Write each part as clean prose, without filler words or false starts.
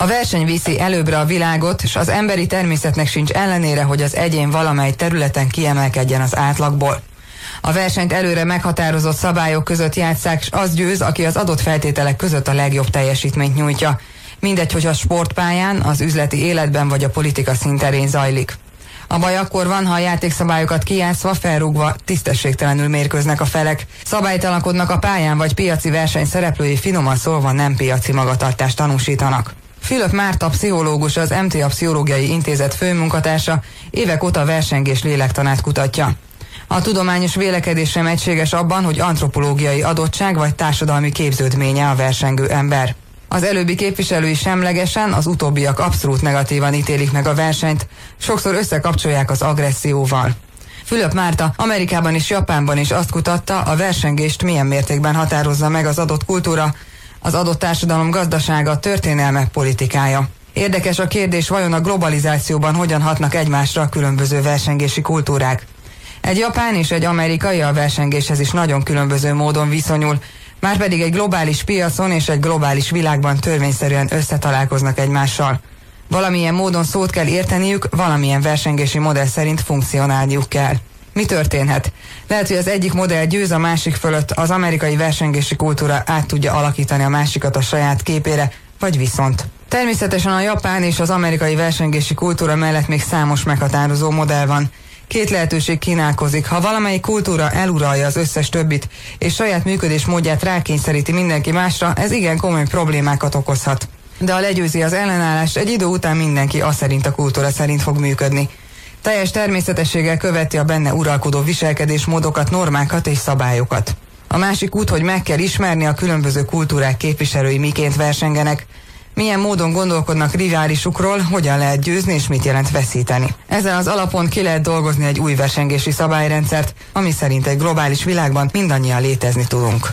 A verseny viszi előbbre a világot, és az emberi természetnek sincs ellenére, hogy az egyén valamely területen kiemelkedjen az átlagból. A versenyt előre meghatározott szabályok között játsszák, és az győz, aki az adott feltételek között a legjobb teljesítményt nyújtja. Mindegy, hogy a sportpályán, az üzleti életben vagy a politika színterén zajlik. A baj akkor van, ha a játékszabályokat kijátszva, felrúgva, tisztességtelenül mérkőznek a felek. Szabálytalankodnak a pályán, vagy piaci verseny szereplői finoman szólva nem piaci magatartást tanúsítanak. Fülöp Márta pszichológus, az MTA Pszichológiai Intézet főmunkatársa évek óta a versengés lélektanát kutatja. A tudományos vélekedés sem egységes abban, hogy antropológiai adottság vagy társadalmi képződménye a versengő ember. Az előbbi képviselői semlegesen, az utóbbiak abszolút negatívan ítélik meg a versenyt, sokszor összekapcsolják az agresszióval. Fülöp Márta Amerikában és Japánban is azt kutatta, a versengést milyen mértékben határozza meg az adott kultúra, az adott társadalom gazdasága, történelme, politikája. Érdekes a kérdés, vajon a globalizációban hogyan hatnak egymásra a különböző versengési kultúrák. Egy japán és egy amerikai a versengéshez is nagyon különböző módon viszonyul, márpedig egy globális piacon és egy globális világban törvényszerűen összetalálkoznak egymással. Valamilyen módon szót kell érteniük, valamilyen versengési modell szerint funkcionálniuk kell. Mi történhet? Lehet, hogy az egyik modell győz a másik fölött, az amerikai versengési kultúra át tudja alakítani a másikat a saját képére, vagy viszont. Természetesen a japán és az amerikai versengési kultúra mellett még számos meghatározó modell van. Két lehetőség kínálkozik. Ha valamelyik kultúra eluralja az összes többit, és saját működésmódját rákényszeríti mindenki másra, ez igen komoly problémákat okozhat. De ha legyőzi az ellenállást, egy idő után mindenki szerint a kultúra szerint fog működni. Teljes természetességgel követi a benne uralkodó viselkedésmódokat, normákat és szabályokat. A másik út, hogy meg kell ismerni a különböző kultúrák képviselői miként versengenek, milyen módon gondolkodnak riválisukról, hogyan lehet győzni és mit jelent veszíteni. Ezen az alapon ki lehet dolgozni egy új versengési szabályrendszert, ami szerint egy globális világban mindannyian létezni tudunk.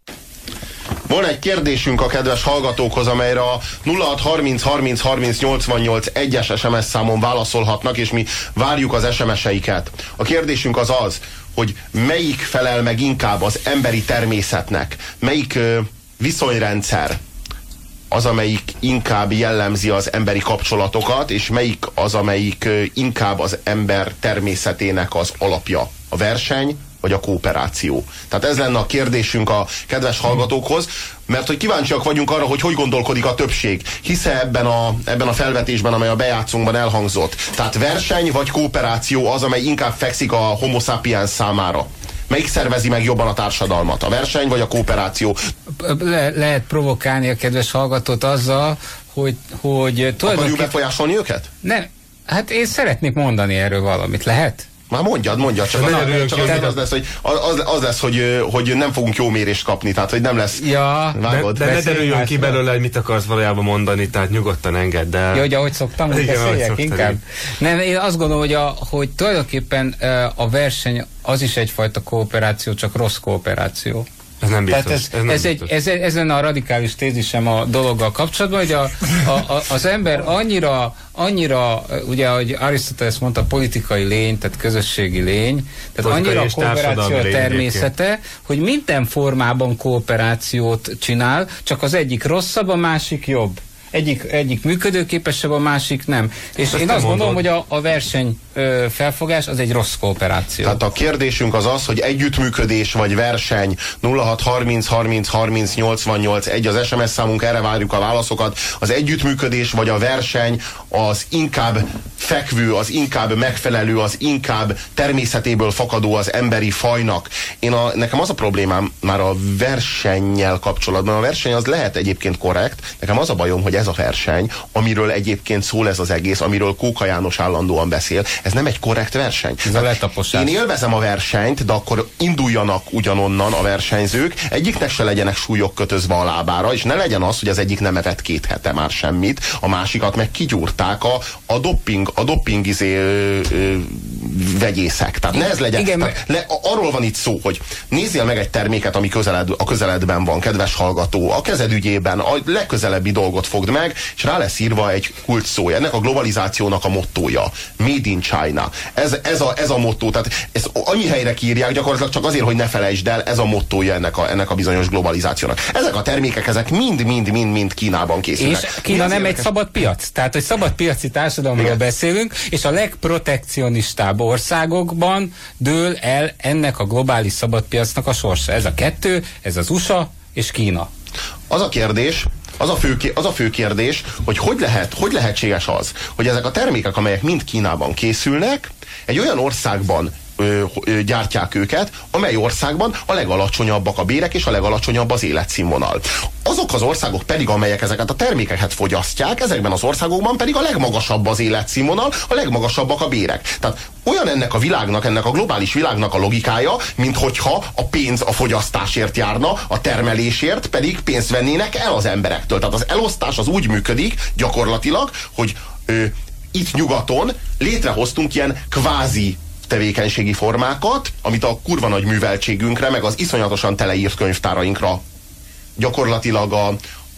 Van egy kérdésünk a kedves hallgatókhoz, amelyre a 0630 30 30 88 1-es SMS számon válaszolhatnak, és mi várjuk az SMS-eiket. A kérdésünk az az, hogy melyik felel meg inkább az emberi természetnek, melyik viszonyrendszer az, amelyik inkább jellemzi az emberi kapcsolatokat, és melyik az, amelyik inkább az ember természetének az alapja, a verseny vagy a kooperáció. Tehát ez lenne a kérdésünk a kedves hallgatókhoz, mert hogy kíváncsiak vagyunk arra, hogy gondolkodik a többség. Hisze ebben a felvetésben, amely a bejátszónkban elhangzott. Tehát verseny vagy kooperáció az, amely inkább fekszik a homo sapiens számára. Melyik szervezi meg jobban a társadalmat? A verseny vagy a kooperáció? Lehet provokálni a kedves hallgatót azzal, hogy akarjuk befolyásolni őket? Nem, hát én szeretnék mondani erről valamit. Lehet? Már mondjad, csak az lesz, hogy nem fogunk jó mérést kapni, tehát hogy nem lesz. Ja, de ne derüljön ki belőle, hogy mit akarsz valójában mondani, tehát nyugodtan engedd el. Ja, hogy ahogy szoktam, hogy beszéljek inkább. Nem, én azt gondolom, hogy tulajdonképpen a verseny az is egyfajta kooperáció, csak rossz kooperáció. Ez nem biztos. Tehát ez lenne a radikális tézisem a dologgal kapcsolatban, hogy az ember annyira, ugye, ahogy Arisztoteles mondta, politikai lény, tehát közösségi lény, tehát annyira a kooperáció a természete, hogy minden formában kooperációt csinál, csak az egyik rosszabb, a másik jobb. Egyik működőképesebb, a másik nem. És én azt gondolom, hogy a verseny felfogás az egy rossz kooperáció. Tehát a kérdésünk az az, hogy együttműködés vagy verseny. 0630 30 30 88 1 az SMS számunk, erre várjuk a válaszokat. Az együttműködés vagy a verseny az inkább fekvő, az inkább megfelelő, az inkább természetéből fakadó az emberi fajnak. Nekem az a problémám már a versennyel kapcsolatban. A verseny az lehet egyébként korrekt. Nekem az a bajom, hogy ez a verseny, amiről egyébként szól ez az egész, amiről Kóka János állandóan beszél, ez nem egy korrekt verseny. Én élvezem a versenyt, de akkor induljanak ugyanonnan a versenyzők, egyiknek se legyenek súlyok kötözve a lábára, és ne legyen az, hogy az egyik nem evett 2 hete már semmit, a másikat meg kigyúrták a doping vegyészek. Tehát ne ez legyen. Igen, arról van itt szó, hogy nézzél meg egy terméket, ami a közeledben van, kedves hallgató. A kezed ügyében a legközelebbi dolgot fogd meg, és rá lesz írva egy kulcs szója. Ennek a globalizációnak a mottója. Made in China. Ez a motto. Tehát ezt annyi helyre kiírják gyakorlatilag csak azért, hogy ne felejtsd el, ez a mottója ennek a bizonyos globalizációnak. Ezek a termékek, ezek mind Kínában készülnek. És Kína nem egy szabad piac. Tehát, hogy szabad piaci társadalomról beszélünk, és a legprotekcionistább országokban dől el ennek a globális szabadpiacnak a sorsa. Ez a kettő, ez az USA és Kína. Az a kérdés, az a fő kérdés, hogy lehetséges az, hogy ezek a termékek, amelyek mind Kínában készülnek, egy olyan országban gyártják őket, amely országban a legalacsonyabbak a bérek és a legalacsonyabb az életszínvonal. Azok az országok pedig, amelyek ezeket a termékeket fogyasztják, ezekben az országokban pedig a legmagasabb az életszínvonal, a legmagasabbak a bérek. Tehát olyan ennek a világnak, ennek a globális világnak a logikája, mint hogyha a pénz a fogyasztásért járna, a termelésért pedig pénzt vennének el az emberektől. Tehát az elosztás az úgy működik gyakorlatilag, hogy itt nyugaton létrehoztunk ilyen kvázi tevékenységi formákat, amit a kurva nagy műveltségünkre, meg az iszonyatosan teleírt könyvtárainkra gyakorlatilag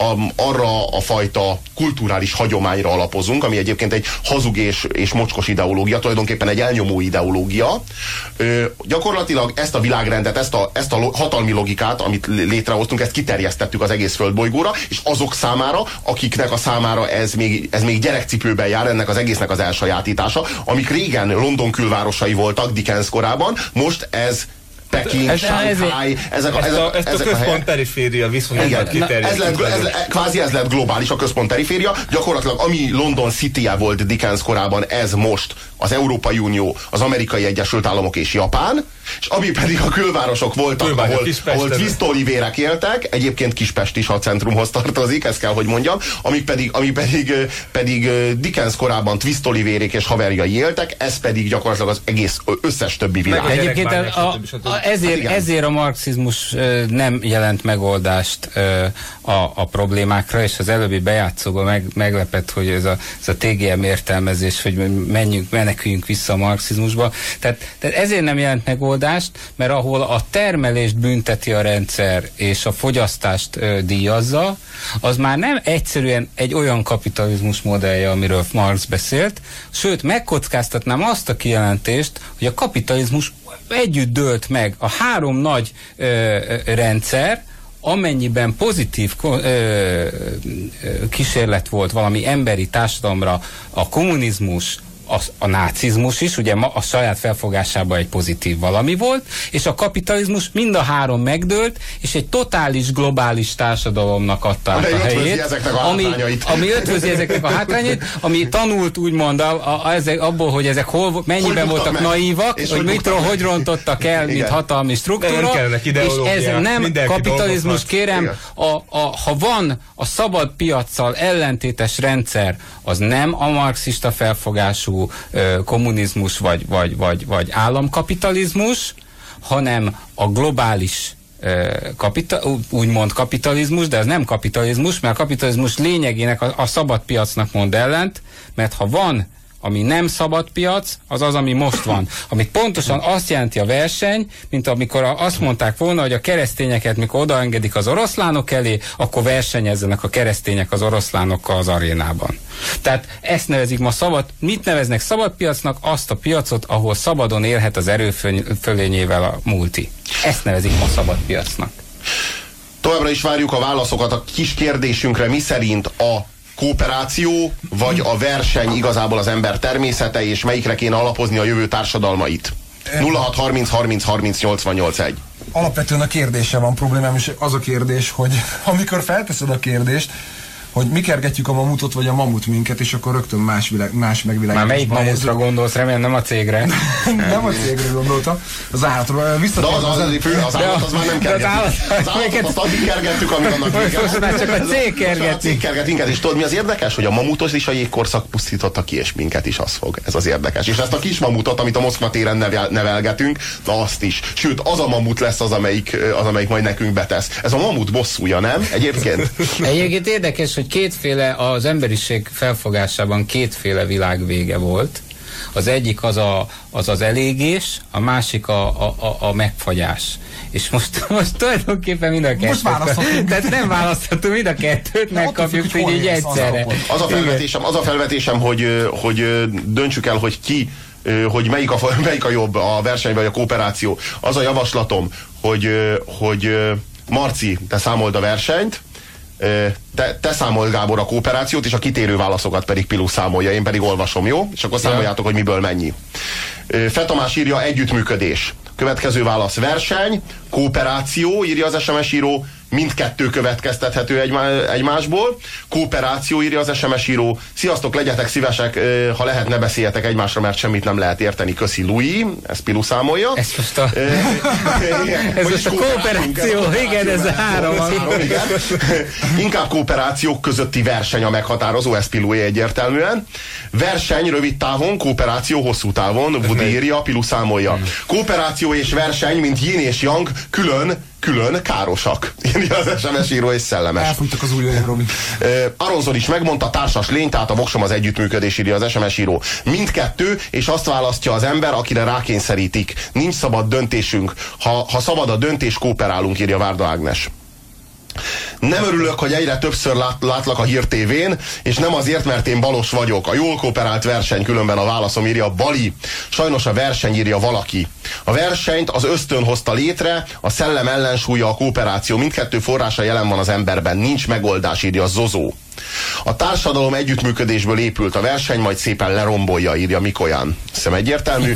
arra a fajta kulturális hagyományra alapozunk, ami egyébként egy hazug és mocskos ideológia, tulajdonképpen egy elnyomó ideológia. Gyakorlatilag ezt a világrendet, ezt a hatalmi logikát, amit létrehoztunk, ezt kiterjesztettük az egész földbolygóra, és azok számára, akiknek a számára ez még gyerekcipőben jár, ennek az egésznek az elsajátítása, amik régen London külvárosai voltak Dickens korában, most ez Peking, Shanghai, ezt a központ-periféria viszonylag kiterjedt. Kvázi ez lett globális, a központ-periféria. Gyakorlatilag ami London City-je volt Dickens korában, ez most az Európai Unió, az Amerikai Egyesült Államok és Japán, és ami pedig a külvárosok voltak, ahol twisztolivérek éltek, egyébként Kispest is a centrumhoz tartozik, ezt kell, hogy mondjam, ami pedig Dickens korában twisztolivérék és haverjai éltek, ez pedig gyakorlatilag az egész összes többi világ. Egyébként ezért a marxizmus nem jelent megoldást a problémákra, és az előbbi bejátszóban meglepett, hogy ez a TGM értelmezés, hogy meneküljünk vissza a marxizmusba. Tehát ezért nem jelent megoldást, mert ahol a termelést bünteti a rendszer, és a fogyasztást díjazza, az már nem egyszerűen egy olyan kapitalizmus modellje, amiről Marx beszélt, sőt, megkockáztatnám azt a kijelentést, hogy a kapitalizmus együtt dőlt meg a három nagy rendszer, amennyiben pozitív kísérlet volt valami emberi társadalomra a kommunizmus, a nácizmus is, ugye a saját felfogásában egy pozitív valami volt, és a kapitalizmus mind a három megdőlt, és egy totális globális társadalomnak adta át a helyét, ami ötvözi ezeknek a hátrányait, ami tanult úgymond abból, hogy ezek mennyiben voltak naívak, hogy hogy rontottak el, mint hatalmi struktúra, és ez nem kapitalizmus, kérem, ha van a szabad piaccal ellentétes rendszer, az nem a marxista felfogású kommunizmus vagy államkapitalizmus, hanem a globális úgymond kapitalizmus, de ez nem kapitalizmus, mert a kapitalizmus lényegének a szabad piacnak mond ellent, mert ha van, ami nem szabad piac, az az, ami most van. Amit pontosan azt jelenti a verseny, mint amikor azt mondták volna, hogy a keresztényeket, mikor odaengedik az oroszlánok elé, akkor versenyezzenek a keresztények az oroszlánokkal az arénában. Tehát ezt nevezik ma mit neveznek szabad piacnak? Azt a piacot, ahol szabadon élhet az erőfölényével a multi. Ezt nevezik ma szabad piacnak. Továbbra is várjuk a válaszokat a kis kérdésünkre, miszerint a kooperáció vagy a verseny igazából az ember természete, és melyikre kéne alapozni a jövő társadalmait. 0630 30 30 88 1. Alapvetően a kérdése van problémám, és az a kérdés, hogy amikor felteszed a kérdést, hogy mi kergetjük a mamutot, vagy a mamut minket, és akkor rögtön más megvilágítás. Már melyik mamutra gondolsz? Remélem nem a cégre. Nem a cégre gondoltam. Az állatról. De az állat az már nem kergetjük. Az állatot azt addig kergettük, amíg annak vége. Most már csak a cég kergeti. A cég kerget minket, és tudod mi az érdekes? Hogy a mamutot is a jégkorszak pusztította ki, és minket is az fog. Ez az érdekes. És ezt a kis mamutot, amit a Moszkva téren nevelgetünk, na azt is. Sőt, az a mamut lesz az, amelyik majd nekünk betesz. Ez a mamut bosszúja, nem? Egyébként Egyébként érdekes, hogy az emberiség felfogásában kétféle világvége volt. Az egyik az elégés, a másik a megfagyás. És most tulajdonképpen mind a kettőt. Most választhatunk. Tehát nem választhatunk, mind a kettőt megkapjuk így egyszerre. Az a felvetésem, hogy döntsük el, hogy ki, hogy melyik a jobb, a verseny vagy a kooperáció. Az a javaslatom, hogy Marci, te számold a versenyt, te számold, Gábor, a kooperációt, és a kitérő válaszokat pedig Pilu számolja, én pedig olvasom, jó? És akkor számoljátok, hogy miből mennyi. Fetamás írja együttműködés. Következő válasz verseny, kooperáció, írja az SMS író, mindkettő következtethető egymásból. Kooperáció, írja az SMS író. Sziasztok, legyetek szívesek, ha lehet, ne beszéljetek egymásra, mert semmit nem lehet érteni. Köszi, Louis. Ezt Pilu számolja. Ez most a kooperáció, igen, ez a három. Igen. Inkább kooperációk közötti verseny a meghatározó, ez Pilué egyértelműen. Verseny rövid távon, kooperáció hosszú távon. Woody írja, Pilu számolja. Kooperáció és verseny, mint yin és yang, külön károsak. Írja az SMS író, és szellemes. Elfújtak az ujjaim, Robi. Aronzon is megmondta, társas lény, tehát a voksom az együttműködés, írja az SMS író. Mindkettő, és azt választja az ember, akire rákényszerítik. Nincs szabad döntésünk. Ha szabad a döntés, kooperálunk, írja Várda Ágnes. Nem örülök, hogy egyre többször látlak a Hír TV-n, és nem azért, mert én balos vagyok. A jól kooperált verseny, különben a válaszom, írja Bali. Sajnos a verseny, írja valaki. A versenyt az ösztön hozta létre, a szellem ellensúlya a kooperáció. Mindkettő forrása jelen van az emberben. Nincs megoldás, írja Zozó. A társadalom együttműködésből épült, a verseny majd szépen lerombolja, írja Mikoyan. Hiszem egyértelmű.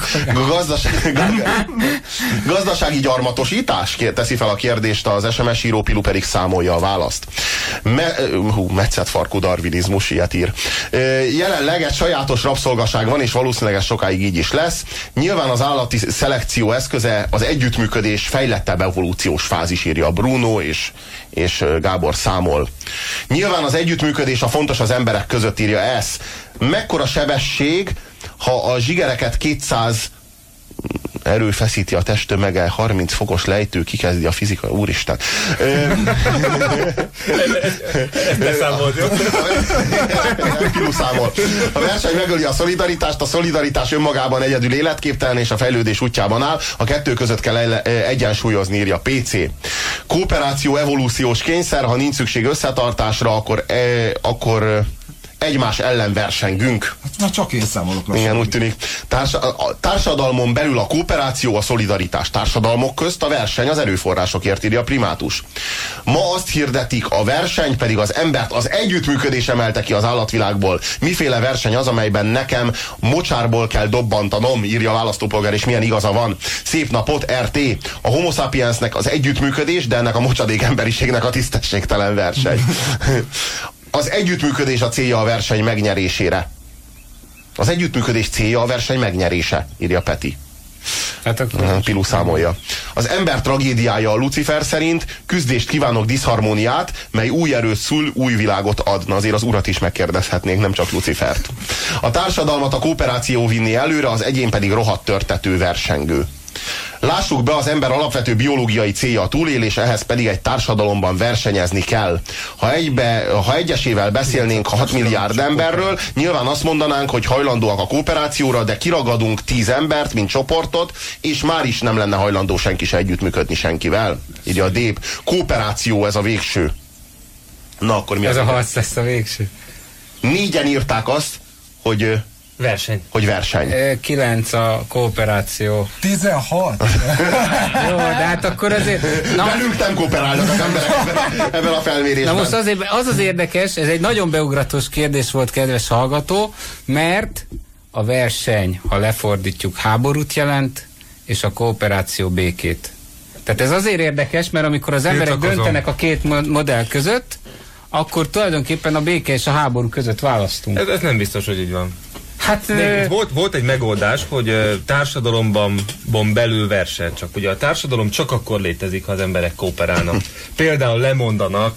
Gazdasági gyarmatosítás? Teszi fel a kérdést az SMS író, Pilu pedig számolja a választ. Metszett farkú darwinizmus, ilyet ír. Jelenleg egy sajátos rabszolgaság van, és valószínűleg ez sokáig így is lesz. Nyilván az állati szelekció eszköze az együttműködés fejlettebb evolúciós fázis, írja Bruno, és Gábor számol. Nyilván az együttműködés a fontos az emberek között, írja ez. Mekkora sebesség, ha a zsigereket 200 erő feszíti a testtömege, 30 fokos lejtő, kikezdi a fizika, úristen. Ezt számolt, jó? Pilu számol. A verseny megöli a szolidaritás önmagában egyedül életképtelen, és a fejlődés útjában áll. A kettő között kell egyensúlyozni, írja PC. Kooperáció evolúciós kényszer, ha nincs szükség összetartásra, akkor egymás ellen versengünk. Hát már csak én számolok. Igen, úgy tűnik. Társadalmon belül a kooperáció, a szolidaritás. Társadalmok közt a verseny az erőforrásokért, írja Primátus. Ma azt hirdetik, a verseny pedig az embert az együttműködés emelte ki az állatvilágból. Miféle verseny az, amelyben nekem mocsárból kell dobbantanom, írja a választópolgár, és milyen igaza van. Szép napot, RT. A homo sapiensnek az együttműködés, de ennek a mocsadék emberiségnek a tisztességtelen verseny. Az együttműködés a célja a verseny megnyerésére. Az együttműködés célja a verseny megnyerése, írja Peti. Hát akkor Pilu számolja. Az ember tragédiája a Lucifer szerint, küzdést kívánok, diszharmóniát, mely új erőt szül, új világot ad. Na azért az urat is megkérdezhetnénk, nem csak Lucifert. A társadalmat a kooperáció vinni előre, az egyén pedig rohadt törtető versengő. Lássuk be, az ember alapvető biológiai célja a túlélés, ehhez pedig egy társadalomban versenyezni kell. Ha egyesével beszélnénk 6 milliárd emberről, nyilván azt mondanánk, hogy hajlandóak a kooperációra, de kiragadunk 10 embert, mint csoportot, és már is nem lenne hajlandó senki se együttműködni senkivel. Írja a Dép. Kooperáció, ez a végső. Na akkor mi ez a harc lesz a végső. 4-en írták azt, hogy verseny. 9 a kooperáció. 16? Jó, de hát akkor azért... Velünk nem kooperálnak az emberek ebben a felmérésben. Na most azért, az érdekes, ez egy nagyon beugratos kérdés volt, kedves hallgató, mert a verseny, ha lefordítjuk, háborút jelent, és a kooperáció békét. Tehát ez azért érdekes, mert amikor az emberek döntenek a két modell között, akkor tulajdonképpen a béke és a háború között választunk. Ez nem biztos, hogy így van. Hát, volt egy megoldás, hogy társadalomban belül verseny, csak ugye a társadalom csak akkor létezik, ha az emberek kooperálnak. Például lemondanak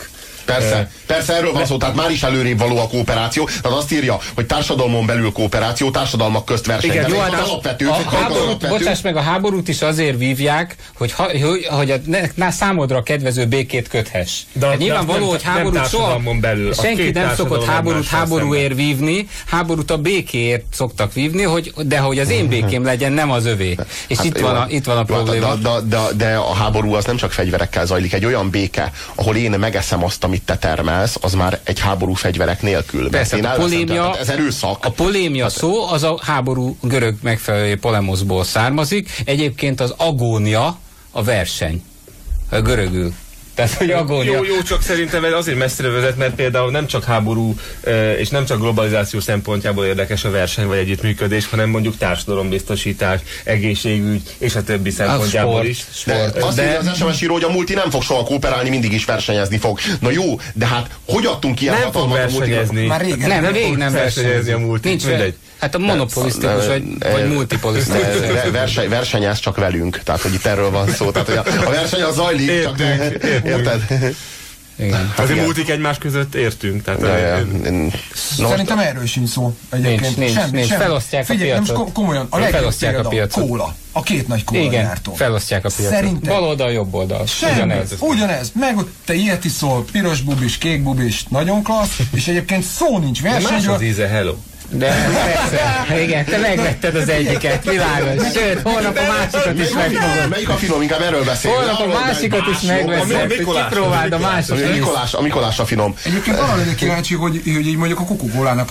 Persze, erről van szó, tehát már is előrébb való a kooperáció, tehát azt írja, hogy társadalmon belül kooperáció, társadalmak közt verseny. Igen, jó, alapvető. Meg a háborút is azért vívják, hogy számodra kedvező békét köthess. De nyilvánvaló, hogy háborút soha senki nem szokott háborúért vívni, háborút a békéért szoktak vívni, de hogy az én békém legyen, nem az övé. És hát itt van a probléma. De a háború az nem csak fegyverekkel zajlik, egy olyan béke, ahol én megeszem azt, amit te termelsz, az már egy háború fegyverek nélkül. Persze, a polémia, ez erőszak. A polémia szó, az a háború görög megfelelő polemoszból származik. Egyébként az agónia a verseny. A görögül. Tehát, hogy agónia. Jó, csak szerintem ez azért messzire vezet, mert például nem csak háború és nem csak globalizáció szempontjából érdekes a verseny vagy együttműködés, hanem mondjuk társadalombiztosítás, egészségügy és a többi szempontjából is. Sport. Azt írja az SMS író, hogy a multi nem fog soha kooperálni, mindig is versenyezni fog. Na jó, de hát hogy adtunk ilyen hatalmat a multinak? Már régen nem versenyezni a multi. Nincs mindegy. Hát a monopolisztikus vagy multipolisztikus. Versenyez csak velünk, tehát hogy itt erről van szó. Tehát hogy a verseny az zajlik, érted? Igen. Hát azért multik egymás között értünk. Tehát szerintem erről sincs szó egyébként. Nincs. Felosztják a piacot. Most komolyan, a legjobb példa a kóla. A két nagy kólagyártó. Felosztják a piacot. Szerintem bal oldal, jobb oldal. Ugyanez. Meg te ilyet iszol, piros bubis, kék bubis, nagyon klassz, és egyébként szó nincs versenyről. Más az íze, hello. De persze, igen, te megvetted az egyiket, világos. Sőt, holnap a másikat is megfogod. Melyik a finom, inkább erről beszélünk. Holnap a másikat is megveszed, hogy kipróbáld a másikat. A Mikolás a finom. Egyébként arra lennék kíváncsi, hogy így mondjuk a Coca-Colának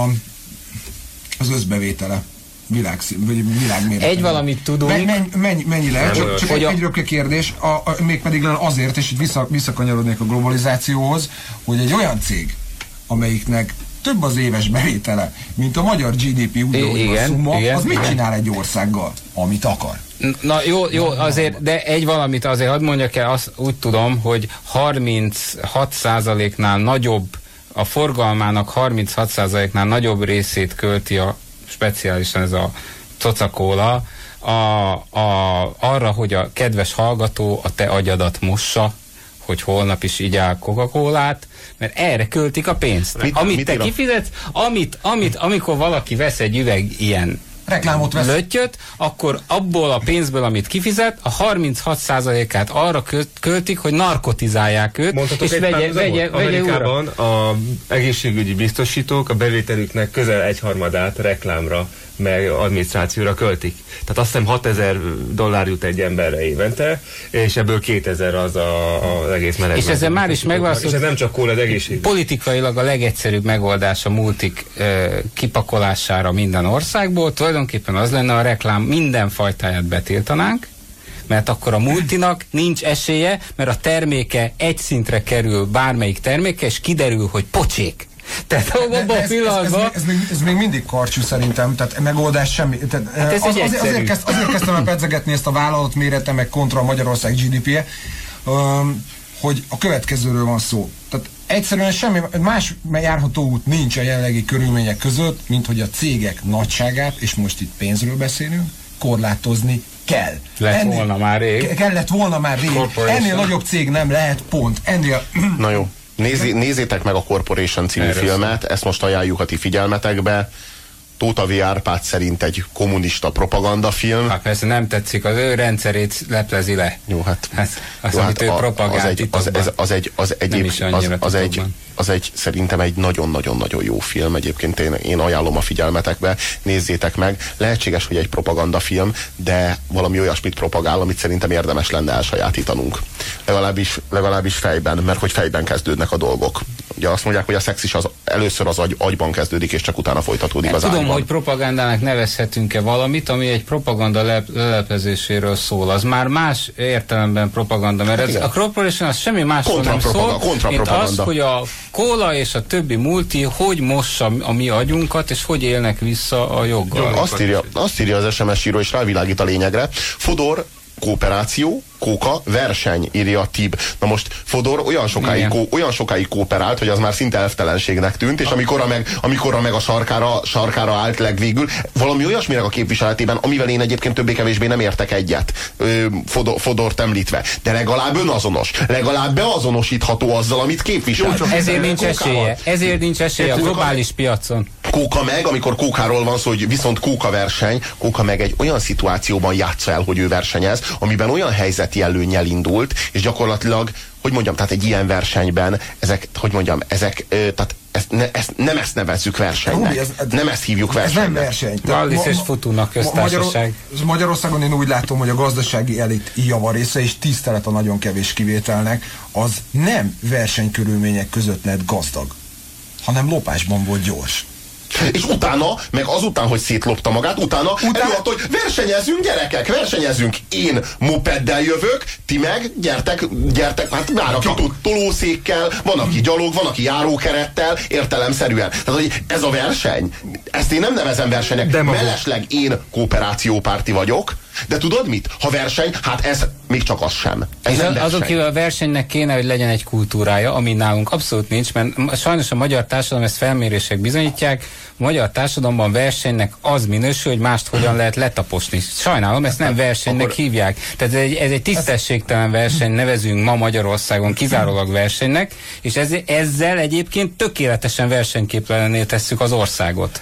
az összbevétele. Világméretben. Egy valamit tudunk. Mennyi lehet? Csak egy röpke kérdés, mégpedig azért, és itt visszakanyarodnék a globalizációhoz, hogy egy olyan cég, amelyiknek több az éves bevétele, mint a magyar GDP úgy, a szumma, az mit csinál egy országgal? Amit akar. Na jó, azért, de egy valamit azért hadd mondjak el, azt úgy tudom, hogy 36%-nál nagyobb, a forgalmának 36%-nál nagyobb részét költi speciálisan ez a Coca-Cola arra, hogy a kedves hallgató a te agyadat mossa, hogy holnap is igyál Coca-Colát, mert erre költik a pénzt. Amit te kifizetsz, amikor valaki vesz egy üveg ilyen reklámot vesz. Löttyöt, akkor abból a pénzből, amit kifizet, a 36%-át arra költik, hogy narkotizálják őt, mondhatok és vegye Amerikában az egészségügyi biztosítók a bevételüknek közel 1/3 reklámra, meg adminisztrációra költik. Tehát azt hiszem $6,000 jut egy emberre évente, és ebből 2000 az az egész meleg. És ezzel már is megválaszolt. És ez nem csak kóla, az egészség. Politikailag a legegyszerűbb megoldás a multik kipakolására minden országból. Tulajdonképpen az lenne, a reklám minden fajtáját betiltanánk, mert akkor a multinak nincs esélye, mert a terméke egy szintre kerül, bármelyik terméke, és kiderül, hogy pocsék. Tehát abban a pillanatban... Ez még mindig karcsú szerintem, tehát megoldás semmi. Tehát, azért kezdtem el pedzegetni ezt a vállalat mérete, meg kontra a Magyarország GDP-je, hogy a következőről van szó. Tehát egyszerűen semmi más járható út nincs a jelenlegi körülmények között, mint hogy a cégek nagyságát, és most itt pénzről beszélünk, korlátozni kell. Kellett volna már rég. Ennél nagyobb cég nem lehet, pont. Ennél... Na jó. Nézzétek meg a Corporation című filmet, ezt most ajánljuk a ti figyelmetekbe. Tóth V. Árpád szerint egy kommunista propagandafilm. Hát persze nem tetszik, az ő rendszerét leplezi le. Jó, hát amit ő propagált az egy szerintem egy nagyon-nagyon-nagyon jó film. Egyébként én ajánlom a figyelmetekbe, nézzétek meg. Lehetséges, hogy egy propagandafilm, de valami olyasmit propagál, amit szerintem érdemes lenne elsajátítanunk. Legalábbis fejben, mert hogy fejben kezdődnek a dolgok. Ugye azt mondják, hogy a szex is először az agyban kezdődik, és csak utána folytatódik az ágyban. Tudom, hogy propagandának nevezhetünk-e valamit, ami egy propaganda leleplezéséről szól. Az már más értelemben propaganda, mert a Corporation az semmi másról nem szól, mint az, hogy a kóla és a többi multi hogy mossa a mi agyunkat, és hogy élnek vissza a joggal. Azt írja az SMS író, és rávilágít a lényegre. Fodor, kooperáció, Kóka verseny, írja Tib. Na most Fodor olyan sokáig kooperált, hogy az már szinte elvtelenségnek tűnt, és amikor meg a sarkára állt legvégül, valami olyasminek a képviseletében, amivel én egyébként többé-kevésbé nem értek egyet, Fodort említve. De legalább önazonos, legalább beazonosítható azzal, amit képvisel. Ezért nincs esélye a globális piacon. Kóka meg, amikor Kókáról van szó, hogy viszont Kóka verseny, Kóka meg egy olyan szituációban játsza el, hogy ő versenyez, amiben olyan helyzeti előnnyel indult, és gyakorlatilag, hogy mondjam, tehát egy ilyen versenyben nem ezt nevezzük versenynek. Nem ezt hívjuk versenynek. Ez nem verseny. Wallis és Futuna köztársaság. Magyarországon én úgy látom, hogy a gazdasági elit javarésze, és tisztelet a nagyon kevés kivételnek, az nem versenykörülmények között lett gazdag, hanem lopásban volt gyors. És utána, meg azután, hogy szétlopta magát, utána előadta, hogy versenyezünk, gyerekek, versenyezünk. Én mopeddel jövök, ti meg gyertek, hát már aki tud tolószékkel, van, aki gyalog, van, aki járókerettel, értelemszerűen. Tehát, hogy ez a verseny, ezt én nem nevezem versenynek. Mellesleg én kooperációpárti vagyok, de tudod mit? Ha verseny, hát ez még csak az sem. Azon kívül a versenynek kéne, hogy legyen egy kultúrája, ami nálunk abszolút nincs, mert sajnos a magyar társadalom, ezt felmérések bizonyítják, a magyar társadalomban versenynek az minősül, hogy mást hogyan lehet letaposni. Sajnálom, ezt nem versenynek hívják. Tehát ez egy tisztességtelen verseny, nevezünk ma Magyarországon kizárólag versenynek, és ezzel egyébként tökéletesen versenyképtelenné tesszük az országot.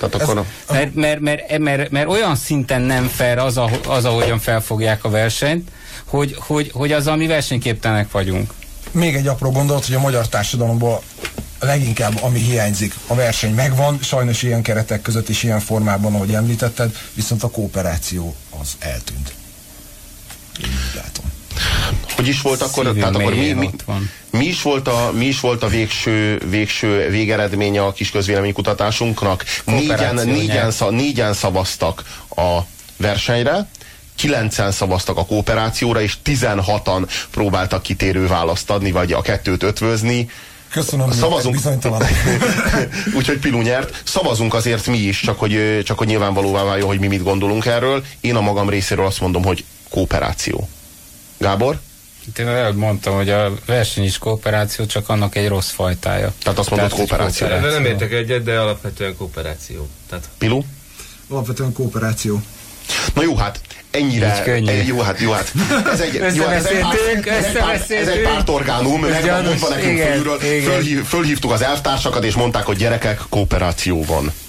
Mert olyan szinten nem fair az, ahogyan felfogják a versenyt, hogy azzal mi versenyképtelenek vagyunk. Még egy apró gondolat, hogy a magyar társadalomból leginkább ami hiányzik, a verseny megvan, sajnos ilyen keretek között is ilyen formában, ahogy említetted, viszont a kooperáció az eltűnt. Én úgy látom. Hogy is volt akkor? Tehát akkor mi is volt a végső végeredménye a kis közvéleménykutatásunknak? Négyen szavaztak a versenyre, 9-en szavaztak a kooperációra, és 16-an próbáltak kitérő választ adni, vagy a kettőt ötvözni. Köszönöm, bizonytalan. Úgyhogy Pilu nyert. Szavazunk azért mi is, csak hogy nyilvánvalóvá váljon, hogy mi mit gondolunk erről. Én a magam részéről azt mondom, hogy kooperáció. Gábor? Én előbb mondtam, hogy a verseny is kooperáció, csak annak egy rossz fajtája. Tehát azt mondod kooperáció. Nem értek egyet, de alapvetően kooperáció. Pilu? Alapvetően kooperáció. Na jó, hát ennyire. Jó, hát. Ez egy pártorgánum, meg van mondva nekünk fölülről. Fölhívtuk az elvtársakat, és mondták, hogy gyerekek, kooperáció van.